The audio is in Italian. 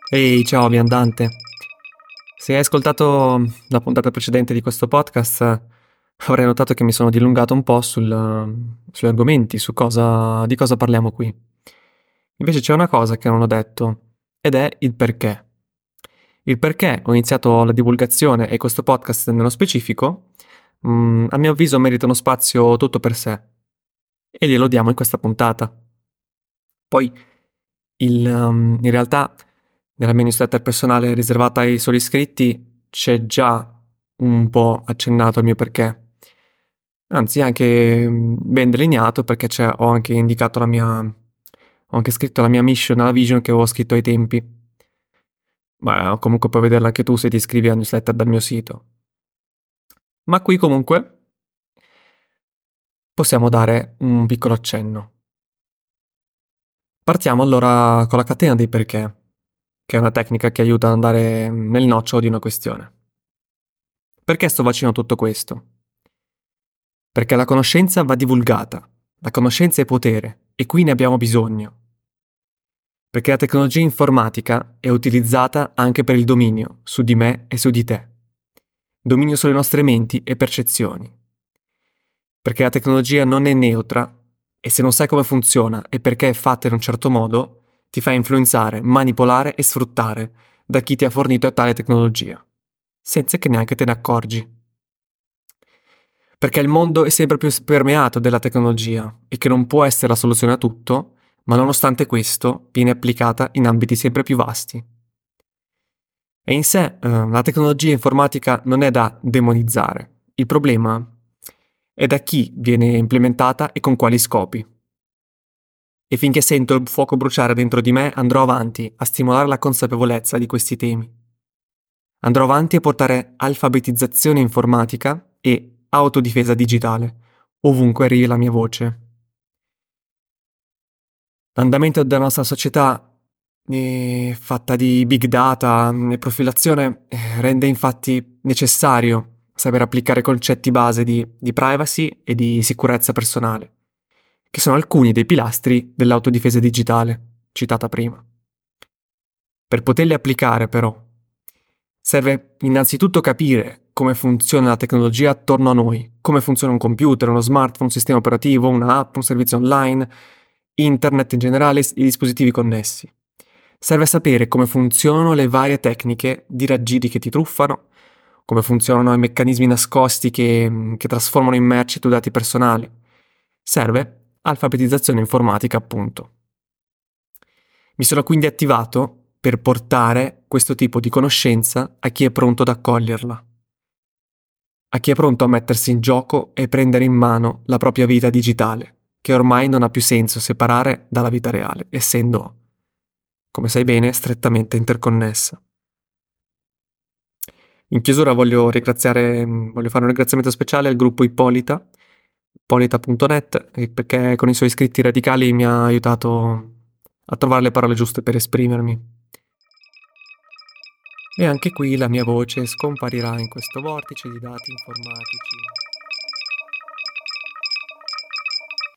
Ehi, ciao viandante. Se hai ascoltato la puntata precedente di questo podcast, avrai notato che mi sono dilungato un po' sugli argomenti, di cosa parliamo qui. Invece c'è una cosa che non ho detto, ed è il perché. Il perché ho iniziato la divulgazione e questo podcast nello specifico, a mio avviso merita uno spazio tutto per sé, e glielo diamo in questa puntata. Poi, in realtà, nella mia newsletter personale riservata ai soli iscritti c'è già un po' accennato al mio perché. Anzi, anche ben delineato perché ho anche indicato ho anche scritto la mia mission, la vision che avevo scritto ai tempi. Ma comunque puoi vederla anche tu se ti iscrivi alla newsletter dal mio sito. Ma qui comunque possiamo dare un piccolo accenno. Partiamo allora con la catena dei perché, che è una tecnica che aiuta ad andare nel nocciolo di una questione. Perché sto facendo tutto questo? Perché la conoscenza va divulgata, la conoscenza è potere e qui ne abbiamo bisogno. Perché la tecnologia informatica è utilizzata anche per il dominio su di me e su di te. Dominio sulle nostre menti e percezioni. Perché la tecnologia non è neutra e se non sai come funziona e perché è fatta in un certo modo, ti fa influenzare, manipolare e sfruttare da chi ti ha fornito tale tecnologia, senza che neanche te ne accorgi. Perché il mondo è sempre più permeato della tecnologia e che non può essere la soluzione a tutto, ma nonostante questo viene applicata in ambiti sempre più vasti. E in sé la tecnologia informatica non è da demonizzare. Il problema è da chi viene implementata e con quali scopi. E finché sento il fuoco bruciare dentro di me, andrò avanti a stimolare la consapevolezza di questi temi. Andrò avanti a portare alfabetizzazione informatica e autodifesa digitale, ovunque arrivi la mia voce. L'andamento della nostra società è fatta di big data e profilazione rende infatti necessario saper applicare concetti base di privacy e di sicurezza personale, che sono alcuni dei pilastri dell'autodifesa digitale, citata prima. Per poterli applicare, però, serve innanzitutto capire come funziona la tecnologia attorno a noi, come funziona un computer, uno smartphone, un sistema operativo, un'app, un servizio online, internet in generale e i dispositivi connessi. Serve sapere come funzionano le varie tecniche di raggiri che ti truffano, come funzionano i meccanismi nascosti che trasformano in merci i tuoi dati personali. Serve alfabetizzazione informatica, appunto. Mi sono quindi attivato per portare questo tipo di conoscenza a chi è pronto ad accoglierla, a chi è pronto a mettersi in gioco e prendere in mano la propria vita digitale, che ormai non ha più senso separare dalla vita reale, essendo, come sai bene, strettamente interconnessa. In chiusura voglio fare un ringraziamento speciale al gruppo Ippolita.net, perché con i suoi iscritti radicali mi ha aiutato a trovare le parole giuste per esprimermi. E anche qui la mia voce scomparirà in questo vortice di dati informatici.